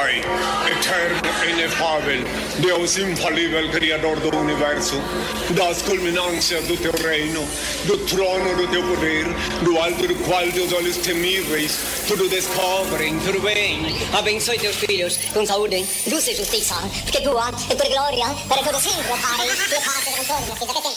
Pai, eterno e inefável, Deus infalível, Criador do Universo, das culminâncias do teu reino, do trono do teu poder, do alto do qual teus olhos temíveis tudo descobrem, tudo bem. Abençoe teus filhos com saúde, luz e justiça, porque tua é tua glória para todo sempre, Pai, e paz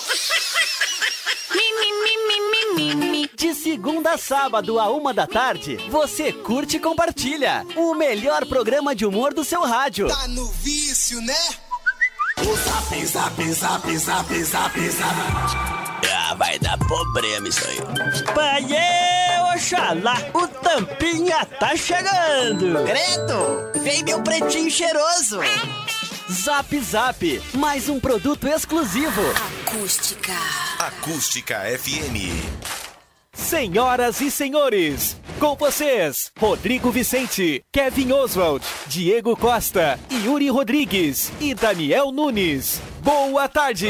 e De segunda a sábado, a 1h, você curte e compartilha o melhor programa de humor do seu rádio. Tá no vício, né? O zap, zap, zap, zap, zap, zap. Ah, vai dar problema isso aí. Pai, oxalá, o Tampinha tá chegando. Credo, vem meu pretinho cheiroso. Zap Zap, mais um produto exclusivo. Acústica. Acústica FM. Senhoras e senhores, com vocês, Rodrigo Vicente, Kevin Oswald, Diego Costa, Yuri Rodrigues e Daniel Nunes. Boa tarde!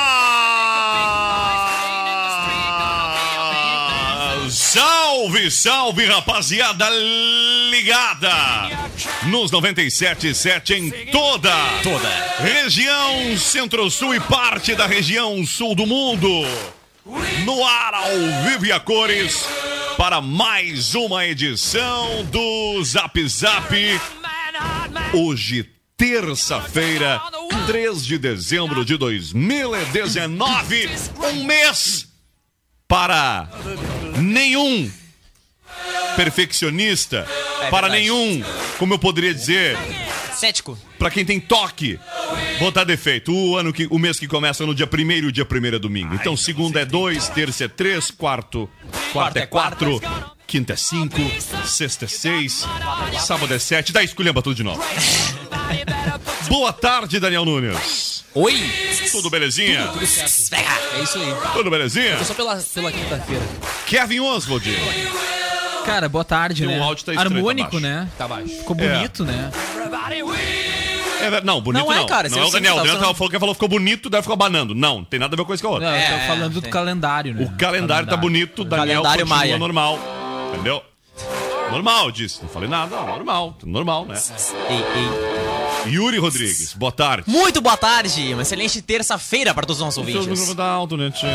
Opa! Salve, salve, rapaziada ligada nos 97.7 em toda região Centro-Sul e parte da região Sul do mundo. No ar, ao vivo e a cores, para mais uma edição do Zap Zap. Hoje, terça-feira, 3 de dezembro de 2019, um mês para nenhum perfeccionista, para nenhum, como eu poderia dizer, cético. Para quem tem toque, botar defeito. O mês que começa no dia 1º, o dia 1º é domingo. Então segunda é 2, terça é 3, quarta é 4, quinta é 5, sexta é 6, sábado é 7. Daí esculhamba tudo de novo. Boa tarde, Daniel Nunes. Oi. Tudo belezinha? Tudo certo. É isso aí. Tudo belezinha? Eu tô só pela quinta-feira. Kevin Oswald. Cara, boa tarde, né? O áudio tá estranho, harmônico, tá né? Tá baixo. Ficou bonito, né? Não, bonito não. Cara, não é o Daniel. O Daniel falou ficou bonito, deve ficar banando. Não, tem nada a ver com isso que a outra. Não, eu tô falando do calendário, né? O calendário tá bonito, o Daniel calendário continua Maia. Normal. Entendeu? Normal, eu disse. Não falei nada, normal, né? Ei. Yuri Rodrigues, boa tarde. Muito boa tarde, uma excelente terça-feira para todos os nossos ouvintes. O microfone tá alto, né, tchê?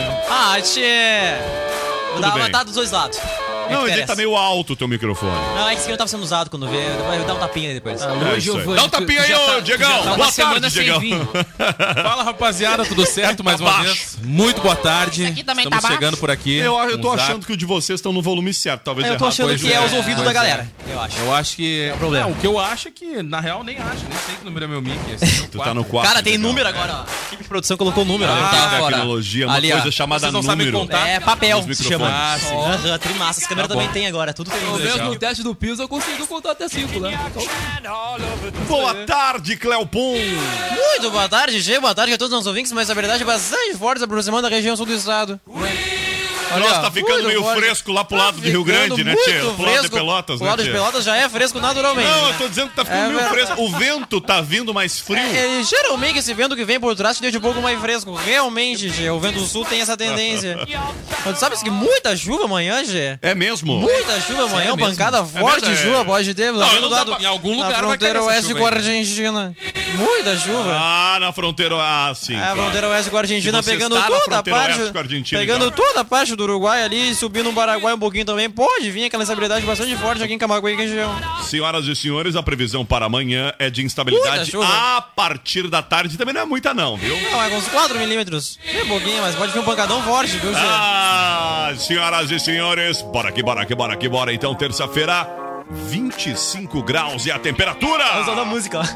Vou dar uma bem. matada dos dois lados. Não, ele tá meio alto o teu microfone. Não, é que esse aqui não tava sendo usado quando vê. Eu vou dar um tapinha aí depois. Hoje eu vou. Dá um tapinha aí, ô, Diegão. Boa tarde, Diegão. Fala, rapaziada, tudo certo? Mais uma vez. Muito boa tarde. Aqui também Estamos tá chegando por aqui. Eu tô achando que o de vocês estão no volume certo, talvez Eu errado. tô achando que é os ouvidos Pois da é. galera. Eu acho. Eu acho que. É o problema. O que eu acho é que, na real, nem sei que número é meu mic. Esse é o Tu tá no 4. Cara, tem Diegão. número agora, ó. A equipe de produção colocou número. Ah, eu tava fora. tecnologia, uma Ali, ó. coisa chamada Vocês não sabem número. contar? É papel, Nos se chama. microfones. Aham, trimassa. As câmeras também tem agora, tudo tem. Pelo menos Legal. no teste do Piso eu consigo contar até 5, né? Boa tarde, Cleopon. Muito boa tarde, Gê. Boa tarde a todos os nossos ouvintes, mas a verdade é bastante forte se aproximando da região sul do estado. Nossa, tá ficando muito meio forte. fresco lá pro lado de Rio Grande, né, Tchê? Pro lado de Pelotas, O né, lado de Tchê? Pelotas já é fresco naturalmente. Não, né? eu tô dizendo que tá ficando É meio verdade. fresco. O vento tá vindo mais frio. Geralmente esse vento que vem por trás te deixa um pouco mais fresco. Realmente, Gê, o vento do sul tem essa tendência. Mas tu sabes que muita chuva amanhã, Gê? É mesmo? Muita chuva amanhã, mesmo? pancada forte de verdade. chuva pode ter. Não, vendo não dá lá Em algum na lugar vai fronteira cair essa oeste chuva com a aí. Argentina. Muita chuva. Ah, na fronteira. Ah, sim. É, a claro. fronteira oeste com a Argentina Se você pegando está na toda a fronteira parte. oeste com a Argentina, Pegando então. toda a parte do Uruguai ali e subindo no Paraguai um pouquinho também. Pode vir aquela instabilidade bastante forte aqui em Camaguá e região. Senhoras e senhores, a previsão para amanhã é de Muita instabilidade chuva. a partir da tarde. Também não é muita, não, viu? Não, é com uns 4 milímetros. É pouquinho, mas pode vir um pancadão forte, viu, Gê? Ah, senhoras e senhores, bora aqui, bora. Então, terça-feira, 25 graus e a temperatura. Usando a música, ó.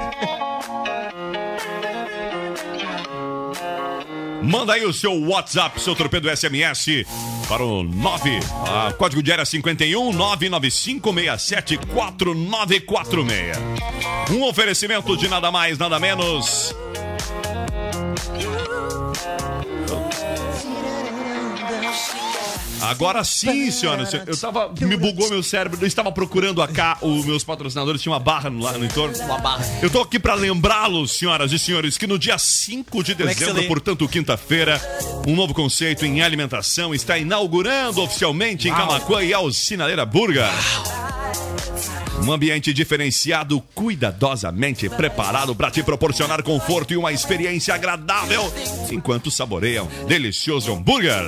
Manda aí o seu WhatsApp, seu torpedo SMS para o 9, código de área 51 995674946. Um oferecimento de nada mais, nada menos. Agora sim, senhoras. Me bugou meu cérebro. Eu estava procurando os meus patrocinadores tinham uma barra lá no entorno. Uma barra. Eu tô aqui para lembrá-los, senhoras e senhores, que no dia 5 de Como é que você dezembro, lê? portanto, quinta-feira, um novo conceito em alimentação está inaugurando oficialmente em Camaquã e ao Sinaleira Burger. Um ambiente diferenciado, cuidadosamente preparado para te proporcionar conforto e uma experiência agradável enquanto saboreiam delicioso hambúrguer.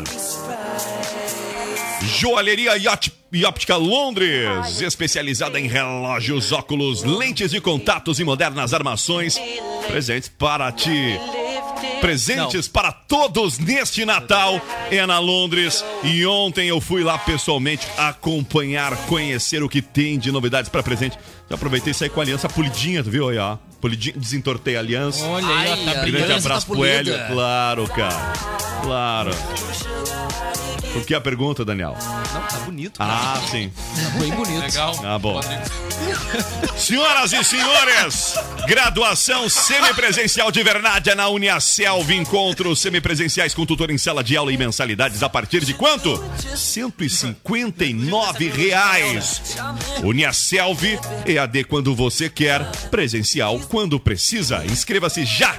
Joalheria e Óptica Londres, especializada em relógios, óculos, lentes de contatos e modernas armações. Presentes para ti. Presentes para todos neste Natal é na Londres. E ontem eu fui lá pessoalmente acompanhar, conhecer o que tem de novidades para presente. Já aproveitei e saí com a aliança polidinha, tu viu aí, ó? Polidinha, desentortei a aliança. Olha aí, ó, tá Grande abraço pro Hélio. Claro, cara. Claro. Por que a pergunta, Daniel? Não, tá bonito. Cara. Ah, sim. Tá bem bonito. Legal. Ah, bom. Senhoras e senhores, graduação semipresencial de verdade é na Uniaselv. Encontros semipresenciais com tutor em sala de aula e mensalidades a partir de quanto? R$159. Uniaselv, EAD quando você quer, presencial quando precisa. Inscreva-se já!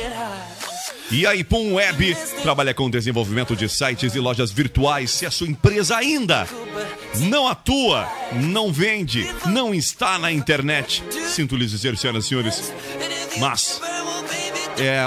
E a Ipum Web trabalha com desenvolvimento de sites e lojas virtuais. Se a sua empresa ainda não atua, não vende, não está na internet, sinto lhes dizer, senhoras e senhores, mas é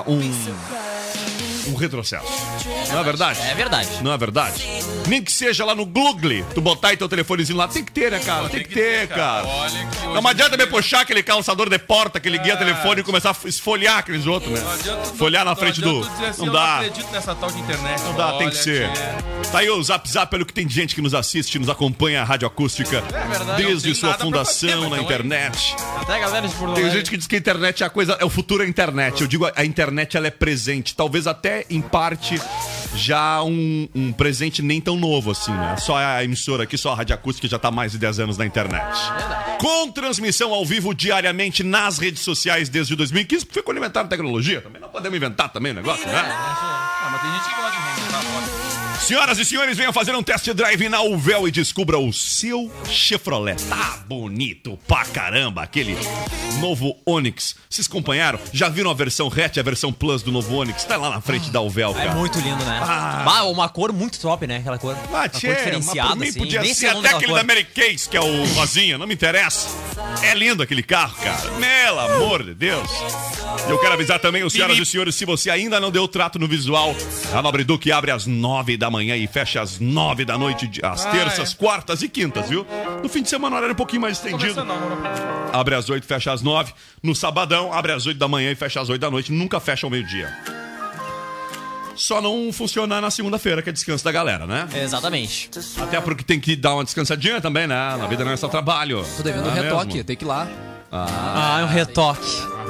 um retrocesso. Não é verdade? É verdade. Não é verdade? Nem que seja lá no Google, tu botar aí teu telefonezinho lá, tem que ter, né, cara? Tem que ter, cara. Olha que Não adianta me puxar aquele calçador de porta, aquele guia telefone e começar a esfolhar aqueles outros, né? Folhar na frente do... Assim, Não dá. Eu não acredito nessa tal de internet. Não dá, tem que ser. Tá aí o Zap Zap, pelo que tem gente que nos assiste, nos acompanha a Rádio Acústica verdade, desde não tem sua nada pra fundação fazer, na então, internet. Até a galera de Porto Tem Alegre. gente que diz que a internet é a coisa, é o futuro da internet. Eu digo, a internet ela é presente, talvez até em parte já um presente nem tão novo assim, né? Só a emissora aqui, só a Rádio Acústica já tá há mais de 10 anos na internet. Com transmissão ao vivo diariamente nas redes sociais desde 2015, porque foi quando inventaram tecnologia também. Não podemos inventar também o negócio, né? Ah, mas tem gente que gosta de reinventar foda. Senhoras e senhores, venham fazer um test drive na Uvel e descubra o seu Chevrolet. Tá bonito pra caramba, aquele novo Onix. Vocês acompanharam? Já viram a versão hatch, a versão plus do novo Onix? Tá lá na frente da Uvel, cara. É muito lindo, né? Uma cor muito top, né? Aquela cor. Uma cor diferenciada, por mim assim. podia Nem ser sei o nome até daquela aquele cor. da Mary Case, que é o rosinha, não me interessa. É lindo aquele carro, cara. Pelo amor de Deus. E eu quero avisar também, senhoras e senhores, se você ainda não deu o trato no visual, a Nobre Duque abre às 9 da manhã e fecha às 9 da noite, às terças, quartas e quintas, viu? No fim de semana, horário um pouquinho mais estendido. Abre às 8, fecha às 9. No sabadão, abre às 8 da manhã e fecha às 8 da noite. Nunca fecha ao meio-dia. Só não funciona na segunda-feira, que é descanso da galera, né? Exatamente. Até porque tem que dar uma descansadinha também, né? Na vida não é só trabalho. Tô devendo um retoque, tem que ir lá. Ah, é um retoque.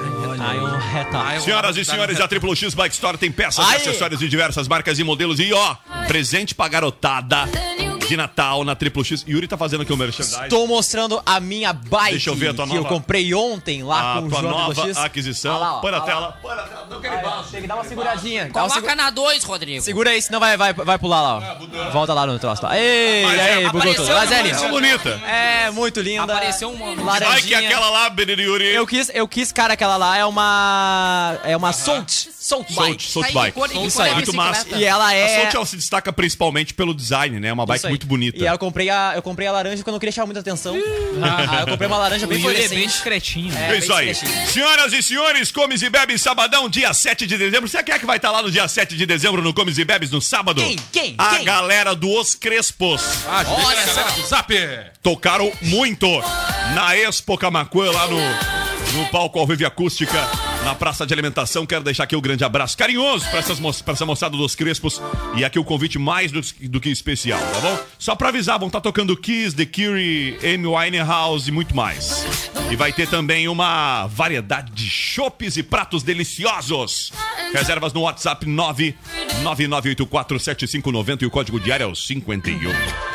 Senhoras e senhores, a Triple X Bike Store tem peças e acessórios de diversas marcas e modelos. E ó, presente pra garotada de Natal na Triple X. Yuri tá fazendo aqui o merchandising. Estou mostrando a minha bike. Deixa eu ver a tua que nova... eu comprei ontem lá com o tua João nova X. aquisição. Lá, ó, põe na lá, tela. Põe na tela. Não quero embaixo. Tem que dar uma seguradinha. Coloca na 2, Rodrigo. Segura aí, senão vai pular lá, ó. Volta lá no troço. Ei, aí, bugou tudo. Mas é lindo. É bonita. É, muito linda. Apareceu uma Vai que laranjinha. aquela lá, Yuri. Eu quis, cara, aquela lá é uma Salt Bike. Salt Bike. Isso aí. Muito massa. E ela A é... Salt ela se destaca principalmente pelo design, né? É uma bike Isso aí. muito bonita. E aí eu comprei a laranja quando eu queria chamar muita atenção. Aí eu comprei uma laranja bem Yuri é fluorescente. bem discretinho. É isso aí. Senhoras e senhores, Comes e Bebes, sabadão, dia 7 de dezembro. Você quer que vai estar lá no dia 7 de dezembro no Comes e Bebes, no sábado? Quem? A galera do Os Crespos. Olha só. Do Zap. Tocaram muito na Expo Camaquã, lá no palco ao vivo acústica, na praça de alimentação. Quero deixar aqui um grande abraço carinhoso pra essa moçada dos Crespos. E aqui o convite mais do que especial, tá bom? Só pra avisar, vão estar tocando Kiss, The Cure, Amy Winehouse e muito mais. E vai ter também uma variedade de chopes e pratos deliciosos. Reservas no WhatsApp 999847590 e o código diário é o 51.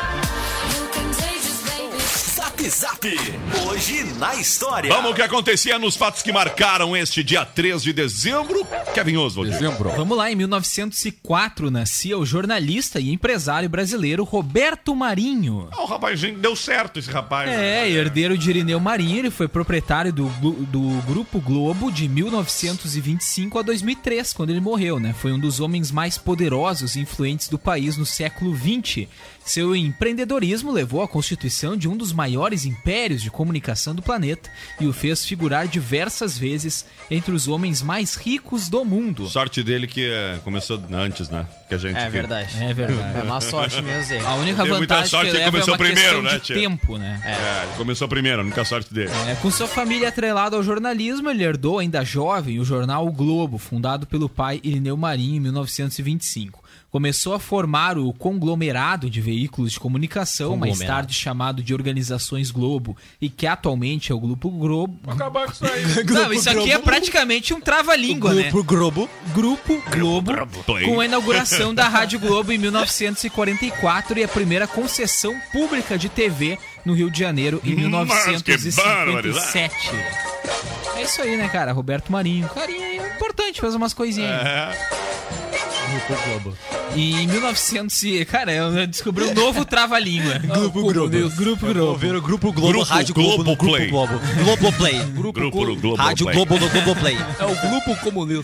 Zap, hoje na história. Vamos ao que acontecia nos fatos que marcaram este dia 3 de dezembro. Kevin Oswald. Vamos lá, em 1904 nascia o jornalista e empresário brasileiro Roberto Marinho. O rapazinho deu certo, esse rapaz. Herdeiro de Irineu Marinho, ele foi proprietário do Grupo Globo de 1925 a 2003, quando ele morreu, né? Foi um dos homens mais poderosos e influentes do país no século XX. Seu empreendedorismo levou à constituição de um dos maiores maiores impérios de comunicação do planeta e o fez figurar diversas vezes entre os homens mais ricos do mundo. Sorte dele que começou antes, né? Que a gente É verdade. É verdade. É uma sorte mesmo, Zé. A única Teve muita vantagem sorte que que ele leva começou é uma primeiro, questão né, de tia? tempo, né? Ele começou primeiro, a única sorte dele. Com sua família atrelada ao jornalismo, ele herdou ainda jovem o jornal O Globo, fundado pelo pai Irineu Marinho em 1925. Começou a formar o conglomerado de veículos de comunicação, mais tarde chamado de Organizações Globo, e que atualmente é o Grupo Globo. Vou acabar com isso aí. Não, isso aqui é praticamente um trava-língua, né? Globo. Grupo Globo, Play. com a inauguração da Rádio Globo em 1944 e a primeira concessão pública de TV no Rio de Janeiro em Mas que 1957. É isso aí, né, cara? Roberto Marinho. Carinha aí, importante, fez umas coisinhas aí. Grupo Globo. E em 1900... Cara, eu descobri um novo trava-língua. Grupo Globo. Grupo Globo. Ver o Grupo Globo, Grupo Rádio Globo no Grupo Globoplay. Globo. Globoplay. Grupo do Globo. Rádio Globo no Globoplay. É o Grupo Comunista.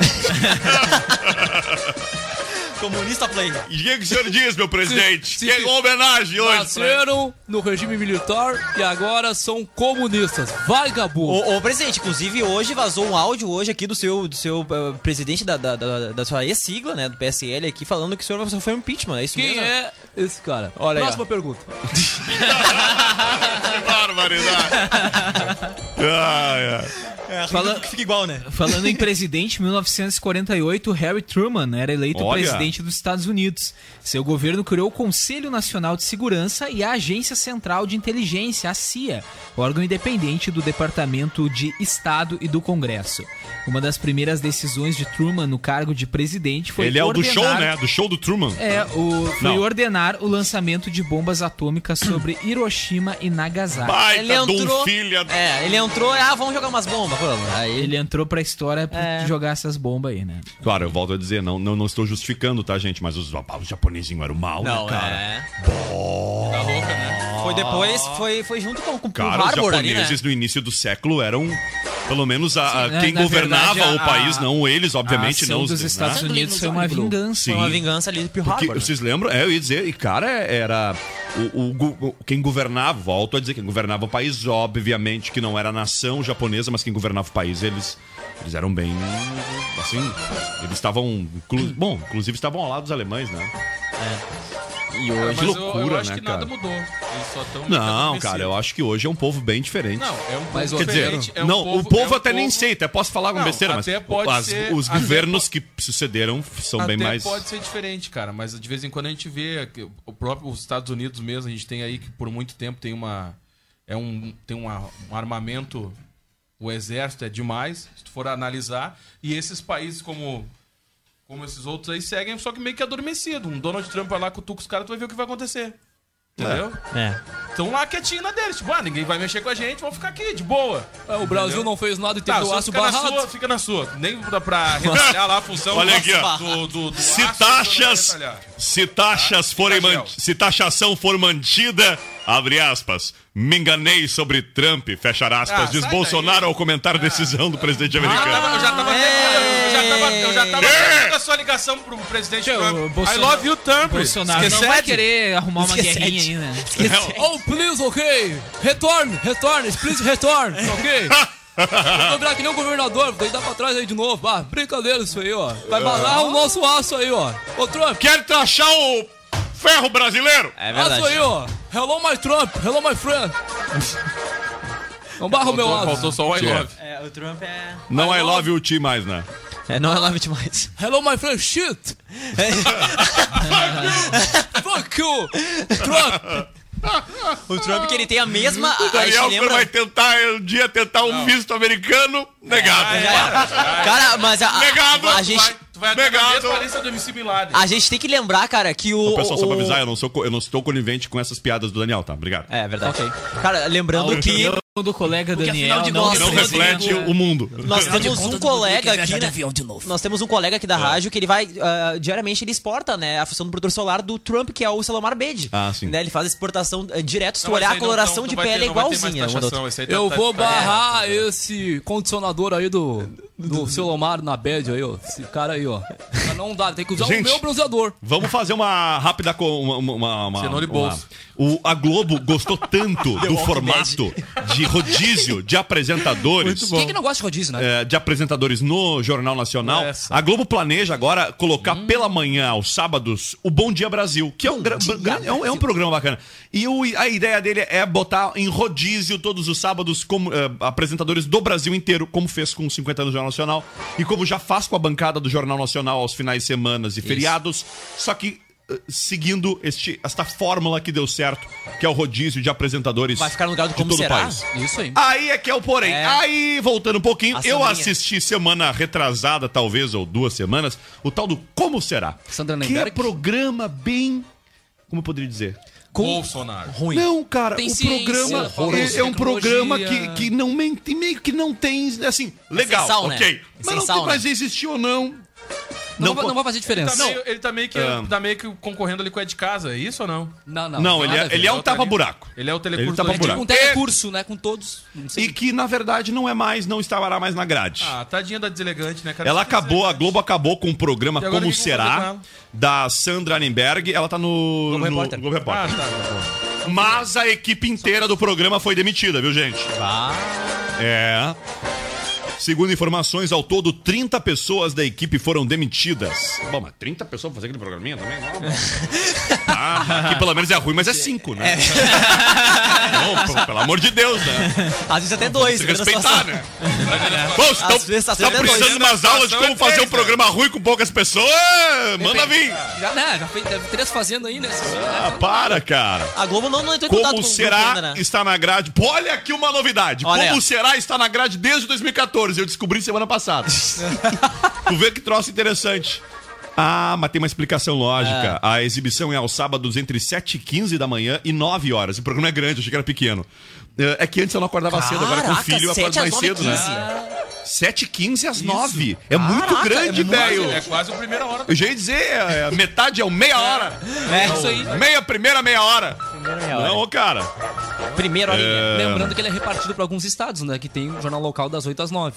Comunista Play. E o que o senhor diz, meu presidente? Se- Que homenagem hoje. Nasceram no regime militar e agora são comunistas. Vagabundo. Ô, presidente, inclusive hoje vazou um áudio hoje aqui do seu presidente da sua ex-sigla, né, do PSL aqui, falando que o senhor sofreu um impeachment, é isso Quem mesmo? é esse cara? Olha aí, Próxima ó. pergunta. Que barbaridade. Que fica igual, né? Falando em presidente, em 1948, Harry Truman era eleito Olha. presidente dos Estados Unidos. Seu governo criou o Conselho Nacional de Segurança e a Agência Central de Inteligência, a CIA, órgão independente do Departamento de Estado e do Congresso. Uma das primeiras decisões de Truman no cargo de presidente foi Ele é o do ordenar... show, né? Do show do Truman. Foi Não. ordenar o lançamento de bombas atômicas sobre Hiroshima e Nagasaki. Baita de um filho. Ele entrou, vamos jogar umas bombas, vamos. Aí Ele entrou pra história pra jogar essas bombas aí, né? Claro, eu volto a dizer, não estou justificando, tá, gente? Mas os japonesinhos eram mal, Não, né, cara? Tá louca, né? Foi depois, foi junto com o Cara, os Harbor ali, né? japoneses no início do século eram, pelo menos, quem na governava verdade, o país, não eles, obviamente, a ação não os dos Estados né? Unidos foi uma vingança. Sim. Foi uma vingança ali do Pearl Porque, Harbor. né? vocês lembram? Eu ia dizer, e cara, era quem governava, volto a dizer, quem governava o país, obviamente que não era a nação japonesa, mas quem governava o país, eles eram bem, assim, eles estavam, inclusive estavam ao lado dos alemães, né? E hoje... Mas loucura, eu acho né, que nada cara? mudou. Eles só estão... Não, cara, eu acho que hoje é um povo bem diferente. Não, é um povo Mas, Quer diferente. dizer, é um não, o povo é um até nem sei, até posso falar com Não, besteira, mas até pode ser- os até governos que sucederam são bem Até mais... pode ser diferente, cara, mas de vez em quando a gente vê que o próprio os Estados Unidos mesmo, a gente tem aí que por muito tempo tem um armamento, o exército é demais, se tu for analisar, e esses países como esses outros aí seguem, só que meio que adormecido. Um Donald Trump vai lá, cutuca os caras, tu vai ver o que vai acontecer. Entendeu? Estão lá quietinho na deles, tipo, ninguém vai mexer com a gente, vamos ficar aqui, de boa. O Brasil não fez nada e teve o só aço fica na barrado. sua, fica na sua. Nem dá pra retalhar lá a função Olha aqui, ó. do Se aço, taxas, não vai retalhar. se taxas forem Fica gel. se taxação for mantida, abre aspas, me enganei sobre Trump, fechar aspas, diz sai Bolsonaro daí. ao comentar a decisão do presidente Eu americano. já tava até a sua ligação pro presidente Trump. I love you, Trump. Bolsonaro não Esquece vai de- querer arrumar uma Esquece guerrinha de- aí, né? Oh, please, ok. Retorne, please retorne, ok? Vou virar que nem o governador, vou deitar pra trás aí de novo. Brincadeira isso aí, ó. Vai balar o nosso aço aí, ó. Ô, Trump, Quer taxar o ferro brasileiro? É aço verdade. aí, ó. Hello, my Trump. Hello, my friend. Não barra o meu aço. Faltou só o I love. O Trump é... Não I love you, T mais, né? não é love demais. Hello, my friend. Shit. Fuck you. Trump. O Trump que ele tem a mesma... O Daniel lembra... vai tentar um visto americano, negado. Cara, mas Negado. a gente... Tu vai até na Negado. mesma lista do MC Bin Laden. A gente tem que lembrar, cara, que o... Pessoal, só pra avisar, eu não estou conivente com essas piadas do Daniel, tá? Obrigado. É verdade. Cara, lembrando que... Do colega Daniel afinal de não contas, Não reflete o mundo. Nós temos um colega aqui, né? Nós temos um colega aqui da rádio que ele vai, diariamente ele exporta, né, a função do produtor solar do Trump, que é o Salomar Bede. Ah, sim. Né, ele faz exportação direto, se tu Não, olhar esse a aí não- coloração não de vai ter- pele é não vai ter mais igualzinha. uma da outra. taxação, esse aí Eu tá- vou tá- barrar esse condicionador aí do No Selomar, na bad aí, ó. Esse cara aí, ó. Mas não dá, tem que usar Gente, o meu bronzeador. Vamos fazer uma rápida... Cenoura e bolso. A Globo gostou tanto do formato de rodízio de apresentadores. Quem que não gosta de rodízio, né? De apresentadores no Jornal Nacional. A Globo planeja agora colocar pela manhã, aos sábados, o Bom Dia Brasil, que é um programa bacana. E a ideia dele é botar em rodízio todos os sábados como apresentadores do Brasil inteiro, como fez com 50 anos do Jornal Nacional e como já faz com a bancada do Jornal Nacional aos finais de semana e feriados, só que seguindo esta fórmula que deu certo, que é o rodízio de apresentadores. Vai ficar no lugar do Como Será? Isso aí. Aí é que é o porém. Aí, voltando um pouquinho, eu Sandrinha. assisti semana retrasada, talvez, ou 2 semanas, o tal do Como Será? Sandra Que é Nemberg. programa bem... Como eu poderia dizer? Bolsonaro. Ruim. Não, cara, Tem o ciência, programa horroroso, é um programa tecnologia. que não meio que não tem, assim, legal, Sensal, né? ok. Mas não Sensal, tem mais existiu ou não. Não vai fazer diferença. Ele tá meio que concorrendo ali com o Ed Casa, é isso ou não? Não, ele é um tapa-buraco. Ele é o Ele telecurso. tapa-buraco. Um telecurso, né? Com todos. Não sei. E que, na verdade, não estará mais na grade. Ah, tadinha da deselegante, né, cara? Ela acabou, a Globo acabou com o programa E agora Como o que que vão fazer Será, com ela? da Sandra Annenberg. Ela tá no Globo Repórter. Globo Repórter. Ah, tá. Mas a equipe inteira do programa foi demitida, viu, gente? É. Segundo informações, ao todo, 30 pessoas da equipe foram demitidas. Bom, mas 30 pessoas pra fazer aquele programinha também? Não. Que pelo menos é ruim, mas é 5, né? Não, pô, pelo amor de Deus, né? Às vezes até 2. Se respeitar, né? Bom, Às vezes tá estão sendo precisando dois. de umas aulas de como fazer um programa ruim com poucas pessoas? Manda vir. Já fez 3 fazendo aí, né? Ah, para, cara. A Globo não entrou em contato Como com o Será grupo ainda, né? está na grade. Pô, olha aqui uma novidade. Olha. Como Será está na grade desde 2014. Eu descobri semana passada. Tu vê que troço interessante. Ah, mas tem uma explicação lógica. A exibição é aos sábados entre 7h15 da manhã e 9 horas. O programa é grande, eu achei que era pequeno. É que antes eu não acordava cedo, agora com o filho eu acordo mais cedo, né? 7h15 às 9. É muito grande, velho. É quase a primeira hora. Eu já ia dizer, metade é meia hora. É isso aí. Primeira meia hora. Não, ô, cara. Primeiro ali. Lembrando que ele é repartido para alguns estados, né? Que tem um jornal local das 8 às 9.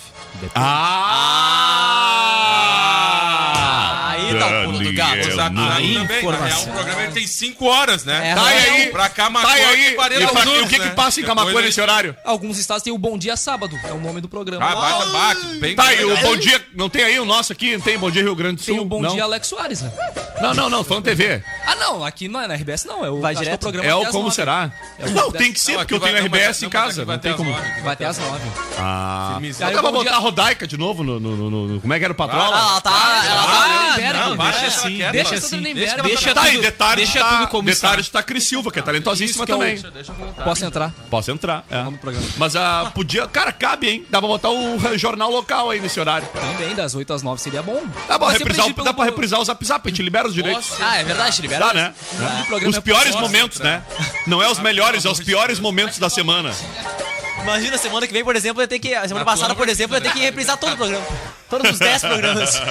Aí tá o pulo do gato. Daniel Exato, Nunes. também. Na real, o programa ele tem 5 horas, né? Tá aí. Pra Camacuã Tá aí. tem 40 E o minutos, que né? passa em Camacuã Depois nesse horário? Alguns estados têm o Bom Dia Sábado, é o nome do programa. Ah, bate, bem. Tá aí, o Bom Dia. Não tem aí o nosso aqui? Não tem Bom Dia Rio Grande do Sul? Tem o Bom não? Dia Alex Soares, né? Não, falando TV. Ah, não, aqui não é na RBS, não. É o, Vai acho que direto? o programa É até o às Como 9. Será? o Não, da- tem que ser, porque eu tenho RBS em casa. Não tem como. Vai até às 9. Ah. Firmezinho. Aí Ela vai o Bom botar Dia- a Rodaica de novo no. Como é que era o patrão? Ela tá. Não, deixa assim, ela quieta, deixa mano. assim. Deixa Tá aí, tudo, detalhe deixa tá, tudo como detalhe está. está Cris Silva, que é talentosíssima Isso que é o- também. Deixa eu voltar. Posso entrar? Posso entrar, é. Vamos pro programa. Mas podia... Cara, cabe, hein? Dá pra botar o jornal local aí nesse horário. Também, das 8 às 9 seria bom. Dá pra Vai ser reprisar, preenchido dá pra pelo- reprisar o Zap Zap, a gente libera os direitos. Ah, é verdade, libera. Dá, né? O programa Os é piores por- momentos, né? Não é os melhores, é os piores momentos da semana. Imagina, semana que vem, por exemplo, eu ter que. Semana passada, por exemplo, eu ter que reprisar todo o programa. Todos os 10 programas.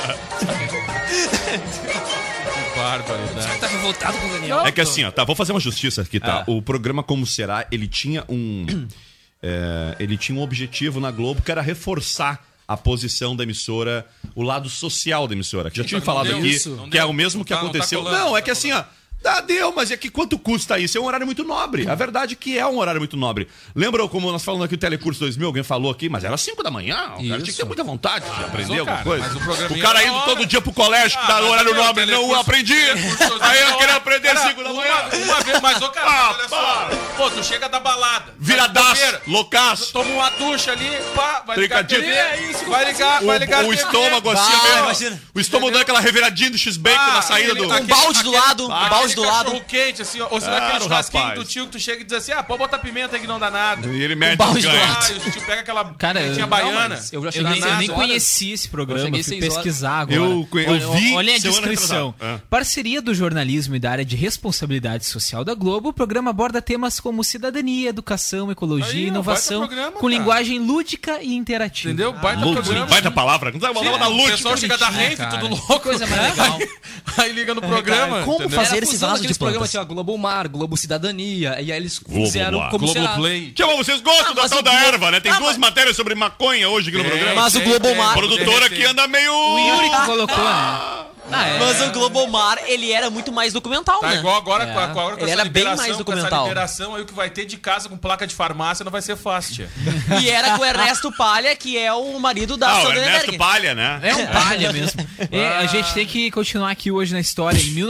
Barbaridade. Tá revoltado com o Daniel. É que assim, ó, tá, vou fazer uma justiça aqui, tá? O programa Como Será, ele tinha ele tinha um objetivo na Globo que era reforçar a posição da emissora, o lado social da emissora. Que já tinha Não falado deu aqui, isso. Não que é deu. o mesmo Não que tá- não tá aconteceu. colando. Não, é que assim, ó. Deu, mas é que quanto custa isso? É um horário muito nobre. A verdade é que é um horário muito nobre. Lembra como nós falamos aqui o Telecurso 2000? Alguém falou aqui, mas era 5 da manhã. O cara tinha que ter muita vontade de aprender alguma cara, coisa. mas o programinha O cara era indo hora. todo dia pro colégio, que dá mas horário meu, nobre, não Telecurso- aprendi. Telecurso Aí eu hora. queria aprender Cara, 5 da manhã. Uma vez, mas ô cara, Ah, olha só. Pô, tu chega da balada. Viradaço, bobeira, loucaço. toma uma ducha ali, pá, vai ligar a TV. Tricadinho. Vai ligar a O TV. estômago assim, Vai, mesmo. imagina. O estômago dando aquela reviradinha do X-Bacon na saída do... Um balde do lado, um balde do lado. Cachorro quente, assim, ó. Ou se dá Claro, aquele churrasquinho rapaz. do tio que tu chega e diz assim, pode botar pimenta aí que não dá nada. E ele mete balde os do ganhos. lado. E o tio pega aquela Cara, pimentinha não, baiana. mas eu já e cheguei- dá Eu nada. nem conheci esse programa, cheguei fui 6 horas. pesquisar agora. Eu vi olha a semana descrição. retrasada. Parceria do jornalismo e da área de responsabilidade unidade social da Globo, o programa aborda temas como cidadania, educação, ecologia e inovação, com linguagem lúdica e interativa. Entendeu? Baita programa. Baita palavra. Não sabe da O lúdica. pessoal chega da rave, tudo louco. Coisa mais legal. Aí liga no programa. Como entendeu? fazer Era esse fusão vaso de daqueles programas, plantas? tinha Globo Mar, Globo Cidadania, e aí eles Globo fizeram Mar. como se Globo a... Play. Tchau, vocês gostam da mas tal o da Globo- erva, né? Tem duas matérias sobre maconha hoje aqui no programa. Mas o Globo Mar- A produtora aqui anda meio... O Yuri que colocou, né? Mas o Globomar, ele era muito mais documental, Tá né? igual agora com Ele era bem mais com essa documental. liberação, aí o que vai ter de casa com placa de farmácia não vai ser fácil, tia. E era com o Ernesto Palha, que é o marido da Ah, o Sandra Ernesto Nenberg. Palha, né? É um palha mesmo. A gente tem que continuar aqui hoje na história. Em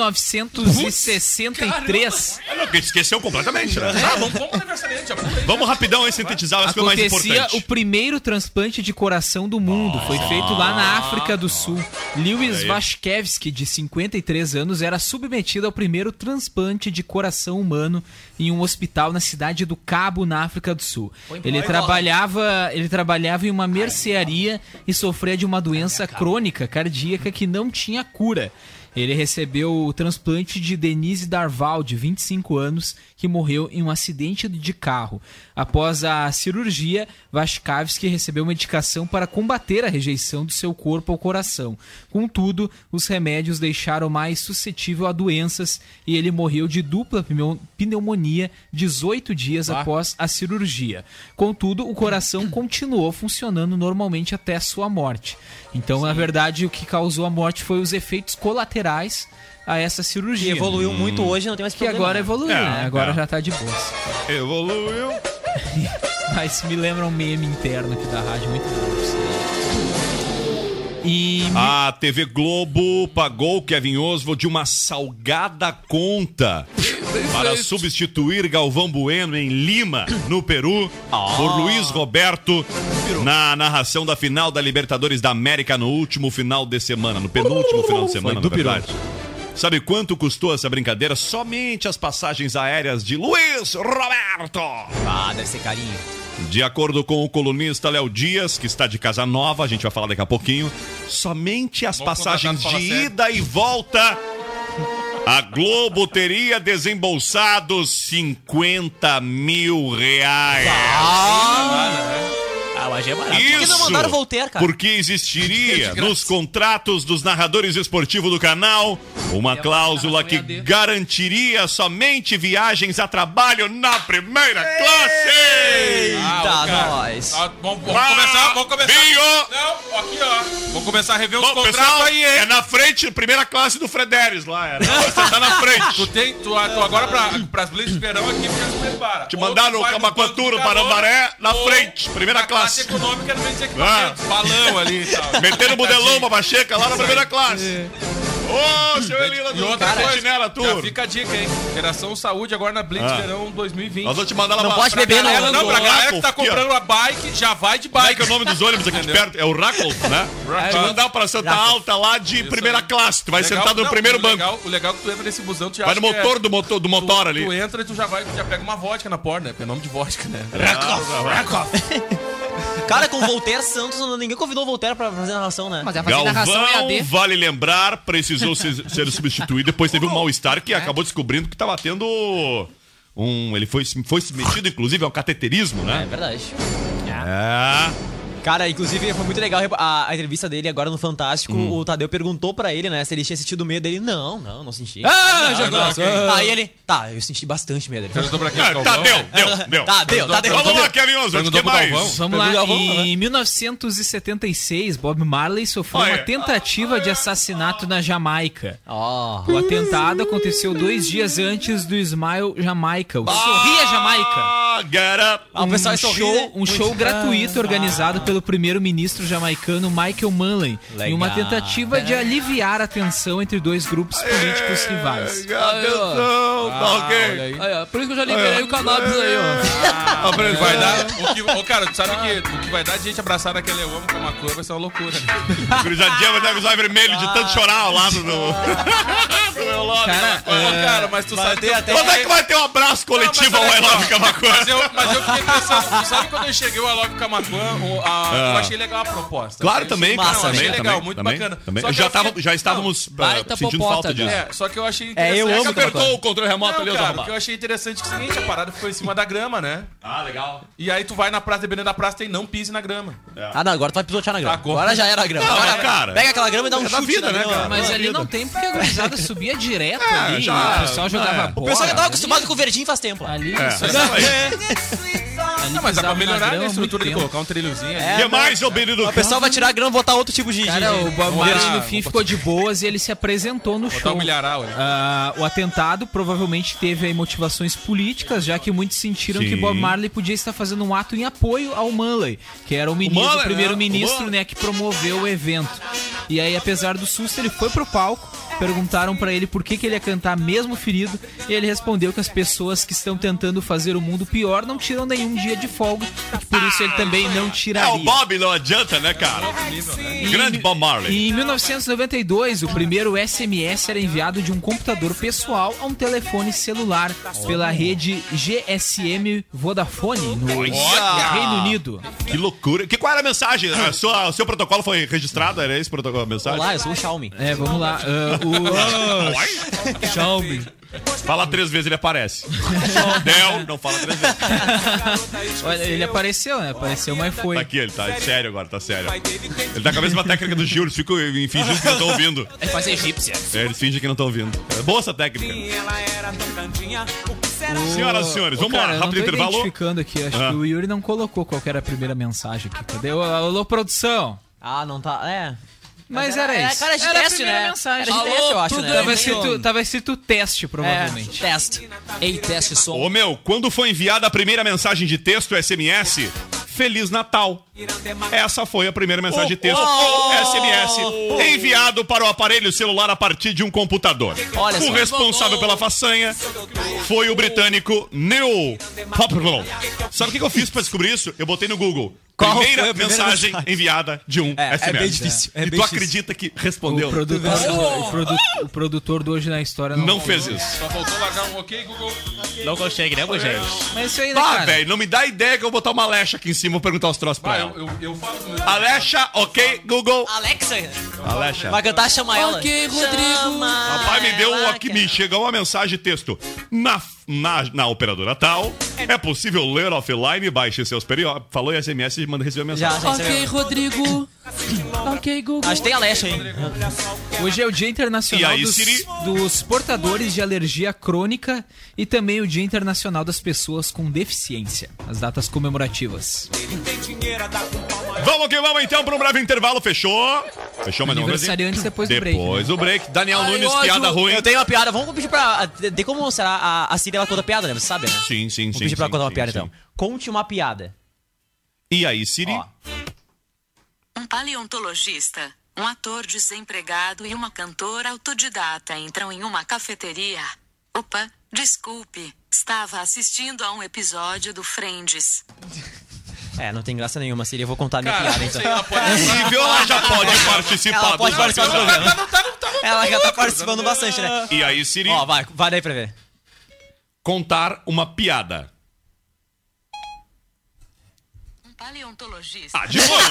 1963, Ah, não, que esqueceu completamente, né? Ah, vamos aniversariante, aponta aí. Vamos rapidão aí sintetizar as coisas mais acontecia importantes. o primeiro transplante de coração do mundo. Foi feito lá na África do Sul. Lewis Vashkevsky, de 53 anos, era submetido ao primeiro transplante de coração humano em um hospital na cidade do Cabo, na África do Sul. Ele trabalhava em uma mercearia e sofria de uma doença crônica cardíaca que não tinha cura. Ele recebeu o transplante de Denise Darval, de 25 anos, que morreu em um acidente de carro. Após a cirurgia, Vashkevsky recebeu medicação para combater a rejeição do seu corpo ao coração. Contudo, os remédios deixaram mais suscetível a doenças e ele morreu de dupla pneumonia 18 dias após a cirurgia. Contudo, o coração continuou funcionando normalmente até a sua morte. Então, na verdade, o que causou a morte foi os efeitos colaterais a essa cirurgia. Que evoluiu muito hoje, não tem mais Que problema. agora evoluiu, né? Agora é. já tá de boas. Evoluiu. Mas me lembra um meme interno aqui da rádio, muito bom. E A TV Globo pagou Kevin Oswald de uma salgada conta para substituir Galvão Bueno em Lima, no Peru, por Luiz Roberto na narração da final da Libertadores da América no último final de semana, no penúltimo final de semana, na verdade. Sabe quanto custou essa brincadeira? Somente as passagens aéreas de Luiz Roberto. Ah, deve ser carinho. De acordo com o colunista Léo Dias, que está de casa nova, a gente vai falar daqui a pouquinho, somente as passagens de ida e volta, a Globo teria desembolsado 50 mil reais. Ah, mas é barato. Isso, Por que não mandaram Voltaire, cara? porque existiria nos contratos dos narradores esportivos do canal uma cláusula que garantiria somente viagens a trabalho na primeira classe. Eita, nós. Vamos começar. Binho! Não, aqui, ó. Vamos começar a rever os Bom, contratos pessoal, aí, hein? é na frente, primeira classe do Frederis lá. Você tá na frente. Tu agora pras Blitz de verão aqui, porque se prepara. Te mandaram o Camaquatura para Ambaré, na frente, primeira classe. Classe econômica não vem dizer equipamentos, balão ali e tal. Metendo modelão, uma bacheca lá na primeira classe. Ô, seu Elila E do outra coisa, Sentinela já Tour. fica a dica, hein? Operação Saúde agora na Blitz Verão 2020. Nós vamos te mandar lá Não pra- pode pra beber, galera não. do Não, pra galera que Rackle, tá aqui, ó. comprando uma bike, já vai de Como é bike. que é o nome dos ônibus aqui de Entendeu? perto? É o Rackle, né? Te mandar pra Santa Alta lá de primeira classe. Tu vai Legal, sentado no não, primeiro o banco. legal- O legal é que tu entra nesse busão, tu já Vai acha no que é- motor do motor tu, ali. Tu entra e tu já pega uma vodka na porta, né? Porque é nome de vodka, né? Cara, com o Voltaire Santos, ninguém convidou o Voltaire pra fazer narração, né? Mas é fazer narração Galvão, EAD. vale lembrar, precisou ser substituído. Depois teve um mal-estar que acabou descobrindo que tava tendo ele foi submetido, inclusive, ao cateterismo, É né? verdade. É. Cara, inclusive foi muito legal a entrevista dele agora no Fantástico. O Tadeu perguntou pra ele, né, se ele tinha sentido medo dele. Não senti. já não. Aí ele, eu senti bastante medo. Ele falou, Perguntou pra quem? Ah, tá, deu. Tá, deu. Vamos lá, Kevin Oswald, o que Perguntou pro mais? Galvão. Vamos lá, Galvão, em 1976, Bob Marley sofreu Olha. uma tentativa de assassinato na Jamaica. ó. O atentado aconteceu 2 dias antes do Smile Jamaica, o Sorria Jamaica. Get up. O pessoal sorriu, Um show gratuito organizado pelo primeiro-ministro jamaicano Michael Manley, em uma Legal. tentativa de aliviar a tensão entre 2 grupos políticos rivais. Atenção, tá ok. Olha aí. Aí, ó, por isso que eu já liberei o cannabis aí, ó. O que vai dar. Cara, tu sabe que o que vai dar de gente abraçar naquele eu amo com uma cor vai ser uma loucura, né? Cruzadinha vai dar com os olhos vermelhos de tanto chorar ao lado do meu lado. Cara, cara, mas tu sabe que até... Quando é que vai ter um abraço coletivo ao I Love Camaquã? Mas eu fiquei pensando, sabe quando eu cheguei ao I Love Camaquã, eu achei legal a proposta. Claro, também, cara. Massa, achei também, legal, muito também, bacana. Também. Só que Já estávamos sentindo falta disso. Só que eu achei interessante. eu amo que apertou o controle remoto ali, cara, o que eu achei interessante é o seguinte, a parada ficou em cima da grama, né? Ah, legal. E aí tu vai na praça, dependendo da praça, tem não pise na grama. Ah, não, agora tu vai pisotear na grama. Agora já era a grama. Não, Agora, cara. pega aquela grama e dá um chute vida, na né, grama. cara? Mas ali não tem porque a gurizada subia direto ali. já. O pessoal jogava O bola. pessoal já tava acostumado com o verdinho faz tempo. Ali, Não, mas dá pra melhorar a estrutura de tempo. colocar um trilhozinho ali. O que mais, ô Benito? O pessoal vai tirar a grama e botar outro tipo de... Cara, o Bob Marley no fim botar- ficou de boas e ele se apresentou no Botar show. um milharal ali. O atentado provavelmente teve aí motivações políticas, já que muitos sentiram Sim. que Bob Marley podia estar fazendo um ato em apoio ao Manley, que era o Manley, primeiro-ministro, né? né, que promoveu o evento. E aí, apesar do susto, ele foi pro palco. Perguntaram pra ele por que ele ia cantar mesmo ferido, e ele respondeu que as pessoas que estão tentando fazer o mundo pior não tiram nenhum dia de folga, e que por isso ele também não tiraria. O Bob não adianta, né, cara? Grande Bob Marley. E em 1992, o primeiro SMS era enviado de um computador pessoal a um telefone celular pela rede GSM Vodafone, no Reino Unido. Que loucura. Qual era a mensagem? O seu protocolo foi registrado? Era esse protocolo, a mensagem? Olá, eu sou o Xiaomi. Vamos lá. Xiaomi. Fala 3 vezes, ele aparece. Del, não fala 3 vezes. Olha, ele apareceu, né? Apareceu, mas foi. Tá aqui, ele tá sério agora, tá sério. Ele tá com a mesma técnica do Gil, eles ficam fingindo que não estão ouvindo. É fazer egípcia. Eles fingem que não estão ouvindo. É boa essa técnica. Senhoras e senhores, vamos Cara, lá, eu rápido não tô intervalo. identificando aqui, acho que o Yuri não colocou qual que era a primeira mensagem aqui. Cadê? Alô, produção? Ah, não tá... Mas era isso. Cara de Era a teste, primeira né? mensagem. Era de teste, eu acho, né? Tava escrito teste, provavelmente. Teste. Ei, teste som. Ô meu, quando foi enviada a primeira mensagem de texto SMS, Feliz Natal. Essa foi a primeira mensagem de texto SMS enviado para o aparelho celular a partir de um computador. Olha O só. responsável pela façanha foi o britânico Neil Popperlow. Sabe o que eu fiz para descobrir isso? Eu botei no Google. Qual foi Primeira a primeira mensagem mensagem? enviada de um SMS. é bem difícil, é E bem tu difícil. acredita que respondeu? O produtor do Hoje na História Não fez isso. Só faltou largar um ok, Google. Não consegue, né, Bugé? Mas isso aí, né, Ah, cara? velho, não me dá ideia que eu vou botar uma Alexa aqui em cima e vou perguntar os troços pra ela. Eu falo mesmo. Alexa, ok, Google. Alexa. Alexa. Vai cantar, chama ela. Ok, Rodrigo. Papai me deu um aqui, me chegou uma mensagem de texto. Na operadora tal, é possível ler offline, baixe seus periódicos. Falou em SMS e manda receber a mensagem. Já Ok, recebeu. Rodrigo. Ok, Google. Acho que tem Alexa aí. Hoje é o Dia Internacional E aí, Siri? dos portadores de alergia crônica e também o Dia Internacional das Pessoas com Deficiência. As datas comemorativas. Vamos que vamos então para um breve intervalo. Fechou? Fechou mais uma vez? Aniversariantes depois do break. Depois do break. Daniel Ai, Nunes, ódio. piada ruim. Eu tenho uma piada. Vamos pedir pra... De como será a Siri, ela conta piada, né? Você sabe, né? Sim, sim, Vamos sim. pedir pra ela contar uma sim, piada, sim. então. Conte uma piada. E aí, Siri? Ó. Um paleontologista, um ator desempregado e uma cantora autodidata entram em uma cafeteria. Opa, desculpe, estava assistindo a um episódio do Friends. Não tem graça nenhuma, Siri. Eu vou contar a minha Cara, piada, não então. sei, ela pode... Incrível, ela já pode participar Ela pode do participar do programa. programa. Ela já tá participando bastante, né? E aí, Siri? Ó, vai daí pra ver. Contar uma piada. Um paleontologista. Ah, de novo?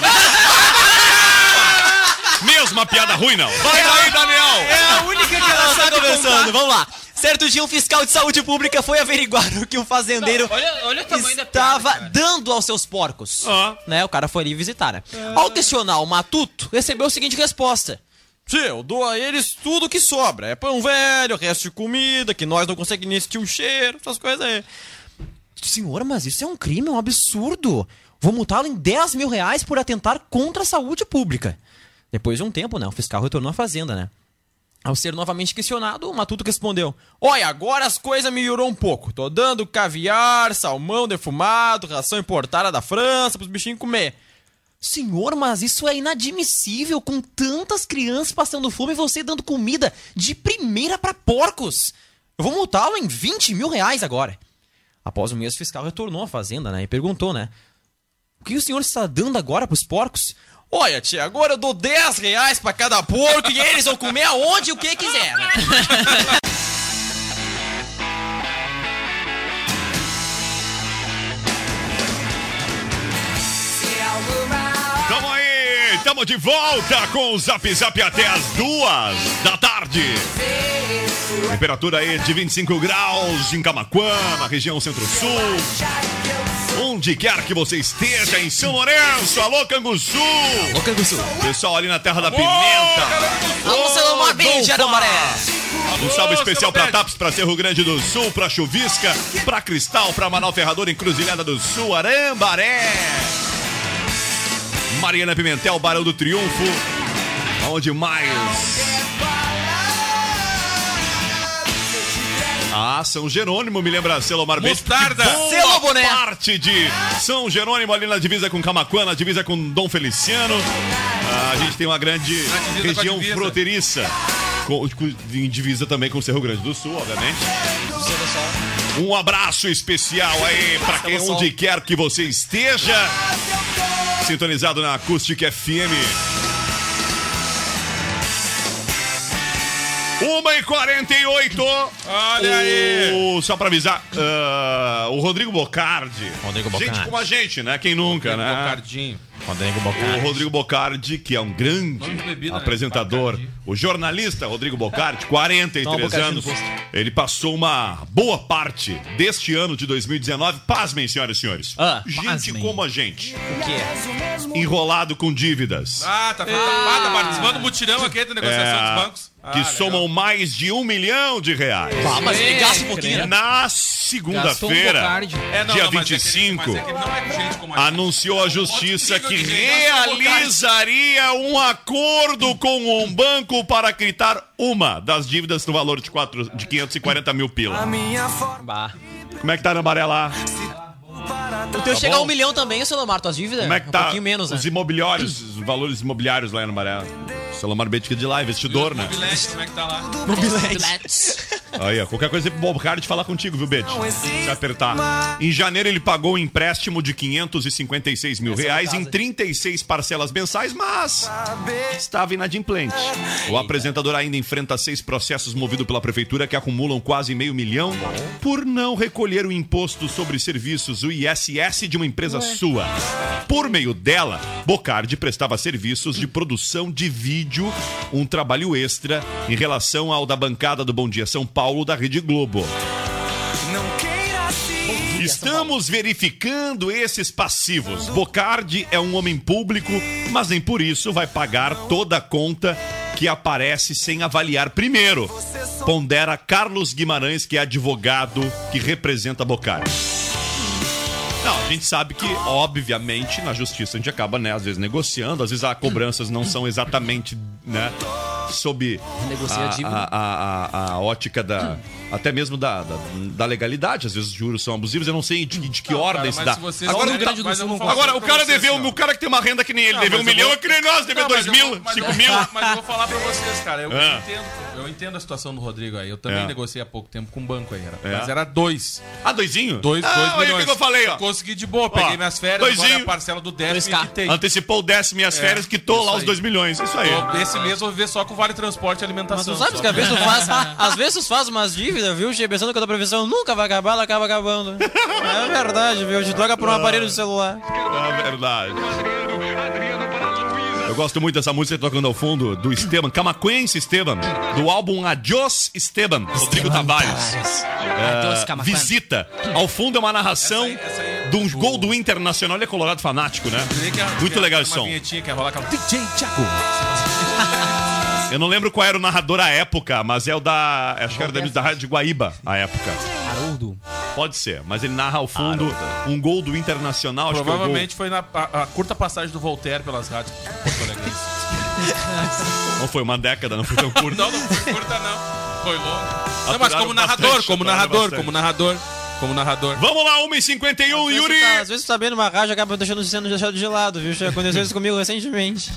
Mesma piada ruim, não. Vai aí, Daniel. É a única que ela está conversando. Vamos lá. Certo dia, um fiscal de saúde pública foi averiguar o que um fazendeiro Olha o tamanho da piada, estava cara. dando aos seus porcos. Ah. Né? O cara foi ali visitar, né? Ao questionar o matuto, recebeu a seguinte resposta. Sim, eu dou a eles tudo que sobra. É pão velho, resto de comida, que nós não conseguimos nem sentir um cheiro, essas coisas aí. Senhor, mas isso é um crime, é um absurdo. Vou multá-lo em 10 mil reais por atentar contra a saúde pública. Depois de um tempo, né? O fiscal retornou à fazenda, né? Ao ser novamente questionado, o matuto respondeu: olha, agora as coisas melhorou um pouco. Tô dando caviar, salmão defumado, ração importada da França pros bichinhos comer. Senhor, mas isso é inadmissível, com tantas crianças passando fome e você dando comida de primeira pra porcos. Eu vou multá-lo em 20 mil reais agora. Após um mês, o fiscal retornou à fazenda, né? E perguntou, né? O que o senhor está dando agora pros porcos? Olha, tia, agora eu dou 10 reais pra cada porco e eles vão comer aonde e o que quiser. Estamos de volta com o Zap Zap até as 2:00 p.m. Temperatura aí de 25 graus em Camaquã, na região Centro-Sul. Onde quer que você esteja, em São Lourenço. Alô, Canguçu. Alô, Canguçu. Pessoal ali na Terra da Pimenta. Alô, Selomar Bem, Jaramaré. Um salve especial pra TAPS, pra Cerro Grande do Sul, pra Chuvisca, pra Cristal, pra Manaus Ferrador, Encruzilhada do Sul, Arambaré. Mariana Pimentel, Barão do Triunfo. Aonde mais? São Jerônimo, me lembra Selomar Beijo. Mostarda. Selo Boné. Parte de São Jerônimo ali na divisa com Camaquã, na divisa com Dom Feliciano. A gente tem uma grande região fronteiriça. Em divisa também com o Cerro Grande do Sul, obviamente. Um abraço especial aí pra quem onde quer que você esteja. Sintonizado na Acústica FM. 1h48. Olha aí. Só pra avisar, o Rodrigo Bocardi. Gente como a gente, né? Quem nunca, né? Bocardinho. O Rodrigo Bocardi, que é um grande apresentador. O jornalista Rodrigo Bocardi, 43 anos. Ele passou uma boa parte deste ano de 2019. Pasmem, senhoras e senhores. Gente como a gente. O que é? Enrolado com dívidas. Tá participando do mutirão aqui da negociação dos bancos. Que somam mais de R$1 milhão. Mas ele gasta um pouquinho. Na segunda-feira, dia 25, anunciou a justiça que realizaria um acordo com um banco para quitar uma das dívidas no valor de 540 mil pila. Como é que tá na Amaré lá? O teu chega a 1 milhão também, Selomar, tuas dívidas? Como é que tá? Um pouquinho menos, né? Os imobiliários, os valores imobiliários lá na Amaré. Selomar Betica de lá, investidor, né? Mobilete, como é que tá lá? Mobilete. Aí, qualquer coisa pro Bocardi falar contigo, viu, Bete? Se apertar. Em janeiro ele pagou um empréstimo de 556 mil reais em 36 parcelas mensais, mas estava inadimplente. O apresentador ainda enfrenta 6 processos movidos pela prefeitura que acumulam quase R$500 mil por não recolher o imposto sobre serviços, o ISS, de uma empresa sua. Por meio dela, Bocardi prestava serviços de produção de vídeo, um trabalho extra em relação ao da bancada do Bom Dia São Paulo da Rede Globo. Estamos verificando esses passivos. Bocardi é um homem público, mas nem por isso vai pagar toda a conta que aparece sem avaliar primeiro. Pondera Carlos Guimarães, que é advogado que representa Bocardi. Não, a gente sabe que, obviamente, na justiça a gente acaba, né, às vezes negociando, às vezes as cobranças não são exatamente, né, sob a ótica até mesmo da legalidade. Às vezes os juros são abusivos, eu não sei de que ordem se dá. Agora, o cara deveu, o cara que tem uma renda que nem ele, deveu 1 milhão, é que nem nós, deveu 2 mil, 5 mil. Mas eu vou falar pra vocês, cara, eu entendo a situação do Rodrigo aí. Eu também negociei há pouco tempo com um banco aí, mas era 2. Doisinho? 2 milhões. O que eu falei, ó. Eu consegui de boa, peguei minhas férias, agora a parcela do décimo e quitei. Antecipou o décimo e as férias, quitou lá os 2 milhões, isso aí. Esse mês eu vou viver só com vale transporte e alimentação. Mas tu sabes que às vezes tu faz umas dívidas, viu, Che? Pensando que a tua previsão nunca vai acabar, ela acaba acabando. É verdade, viu? Te troca por um aparelho de celular. É verdade. Eu gosto muito dessa música tocando ao fundo do Esteban, camaquense Esteban, do álbum Adiós Esteban, Rodrigo Tavares. Visita. Ao fundo é uma narração de um gol do Internacional. Ele é colorado fanático, né? Muito legal esse som. DJ Thiago. Eu não lembro qual era o narrador à época, mas é o da... acho que era da Rádio Guaíba, à época. Haroldo. Pode ser, mas ele narra ao fundo um gol do Internacional. Provavelmente foi na curta passagem do Voltaire pelas rádios Porto Alegre. Não foi uma década, não foi tão curta. Não foi curta, não. Foi longa. Não, mas como narrador. Vamos lá, 1h51, Yuri! Às vezes tu tá bem numa rádio, acaba sendo deixado de lado, viu? Já aconteceu isso comigo recentemente.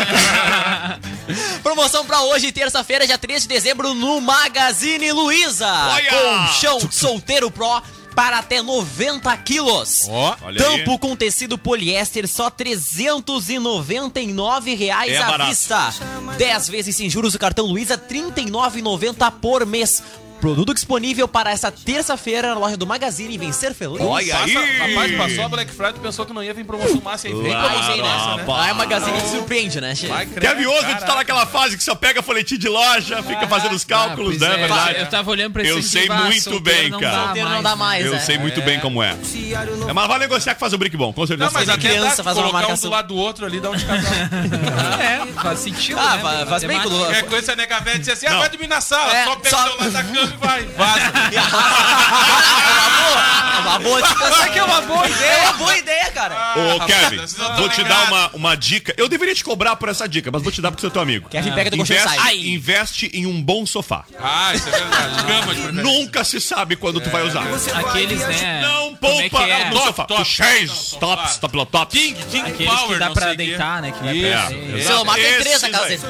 Promoção pra hoje, terça-feira, dia 3 de dezembro, no Magazine Luiza. Colchão Solteiro Pro para até 90 quilos. Tampo com tecido poliéster, só R$ 399 à vista. 10 vezes sem juros do cartão Luiza, R$ 39,90 por mês. Produto disponível para essa terça-feira na loja do Magazine Vencer Feliz. Olha aí! Rapaz, passou a Black Friday e pensou que não ia vir promoção massa e vem promoção massa, né? Ah, a Magazine te surpreende, né? Kevin Oswald tá naquela fase que só pega folhetim de loja, fica fazendo os cálculos, né? É verdade. Eu tava olhando pra esse Eu sei muito bem, cara. Solteiro não dá mais, Eu sei muito bem como é. Mas vai negociar que faz o brick bom, com certeza. Não, mas a criança faz uma colocar um marcação. do lado do outro ali, dá um de casal. Faz sentido, Ah, né? faz bem quando... Qualquer coisa, a nega velha diz assim, Não. vai dormir na sala, É, só pega só- o celular da cama e vai. Vaza. É uma boa descansar aqui, é uma boa ideia. É uma boa ideia, cara. Ô, rapaz, Kevin, vocês não vou tão te ligados. dar uma dica. Eu deveria te cobrar por essa dica, mas vou te dar porque sou teu amigo. Kevin, pega teu colchão e sai. Ai. Investe em um bom sofá. Ah, isso é verdade. Cama de preferência. Nunca se sabe quando tu vai usar. Aqueles, né? Não como é poupa que é? no sofá. Top, Chase, tops, top, tops. King Aqueles Power, que dá não pra sei o quê. deitar, né? Que vai É. pra frente. O celular tem Esses 3 na casa aí. dele.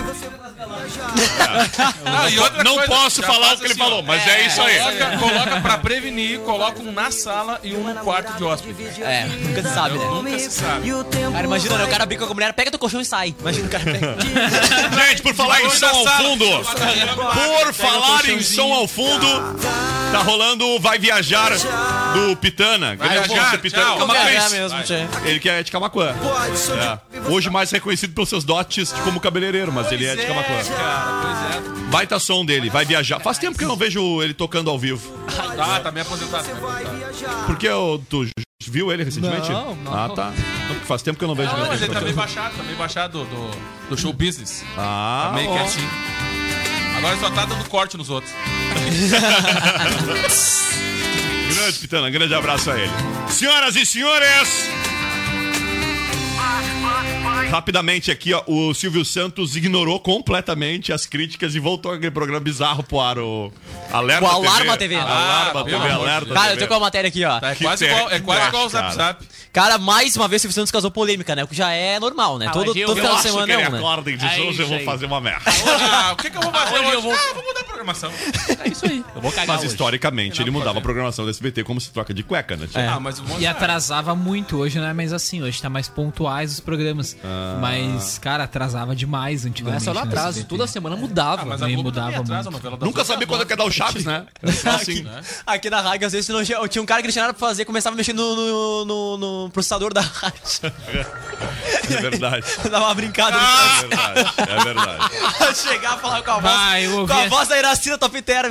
Ah, e outra Não coisa, posso já falar faz o que ele assim, ó. falou, mas é isso aí. Coloca pra prevenir, coloca um na sala e um no quarto de hóspede. É, nunca se sabe, né? Nunca se sabe. Cara, imagina, né? O cara brinca com a mulher, pega teu colchão e sai. Imagina o cara pega. Gente, por falar em som ao fundo, por falar em som ao fundo, tá rolando o Vai Viajar do Pitana. Vai Grande viajar, monstro Pitana, tchau. camaquense. mesmo, tchê. Ele que é de Camaquã. É. Hoje mais reconhecido pelos seus dotes como cabeleireiro, mas ele é de Camaquã. Cara, pois é. Baita som dele, Vai Viajar. Faz tempo que eu não vejo ele tocando ao vivo. Ah, tá me aposentado. Porque tu viu ele recentemente? Não. Ah, tá. Faz tempo que eu não vejo Não, mas ele tá ele meio baixado do show business. Ah, Tá meio ó. quietinho. Agora ele só tá dando corte nos outros. Grande Pitana, grande abraço a ele. Senhoras e senhores, rapidamente aqui, ó, o Silvio Santos ignorou completamente as críticas e voltou aquele programa bizarro pro ar, o Alerta O Alarma TV. Alarma pelo TV, amor de Alerta Cara, eu TV. tô com a matéria aqui, ó. É Que quase igual o cara. Zap Zap. Cara, mais uma vez o Silvio Santos causou polêmica, né? O que já é normal, né? Todo mas final Eu de acho semana que é ele um, né? acorda e diz, É hoje eu isso vou aí. fazer uma merda. O que eu vou fazer hoje? Vou mudar a programação. É isso aí. Eu vou cagar Mas hoje. historicamente ele Não, mudava fazer. a programação do SBT como se troca de cueca, né? É. Ah, mas um monte E atrasava muito, hoje não é mais assim, hoje tá mais pontuais os programas. Mas, cara, atrasava demais Não é antigamente. só no no atraso, SBT. toda semana mudava. Ah, mas a Nem Globo mudava também atrasa a muito. novela da Nunca Globo. sabia quando eu quero dar o Chaves, né? É só assim. Aqui na rádio, às vezes, tinha um cara que não tinha nada pra fazer, começava a mexer no processador da rádio. É verdade. Dava uma brincada no É verdade. É verdade. chegar e falar com a voz. Vai, eu ouvi com a essa- voz da Iracina Top Term.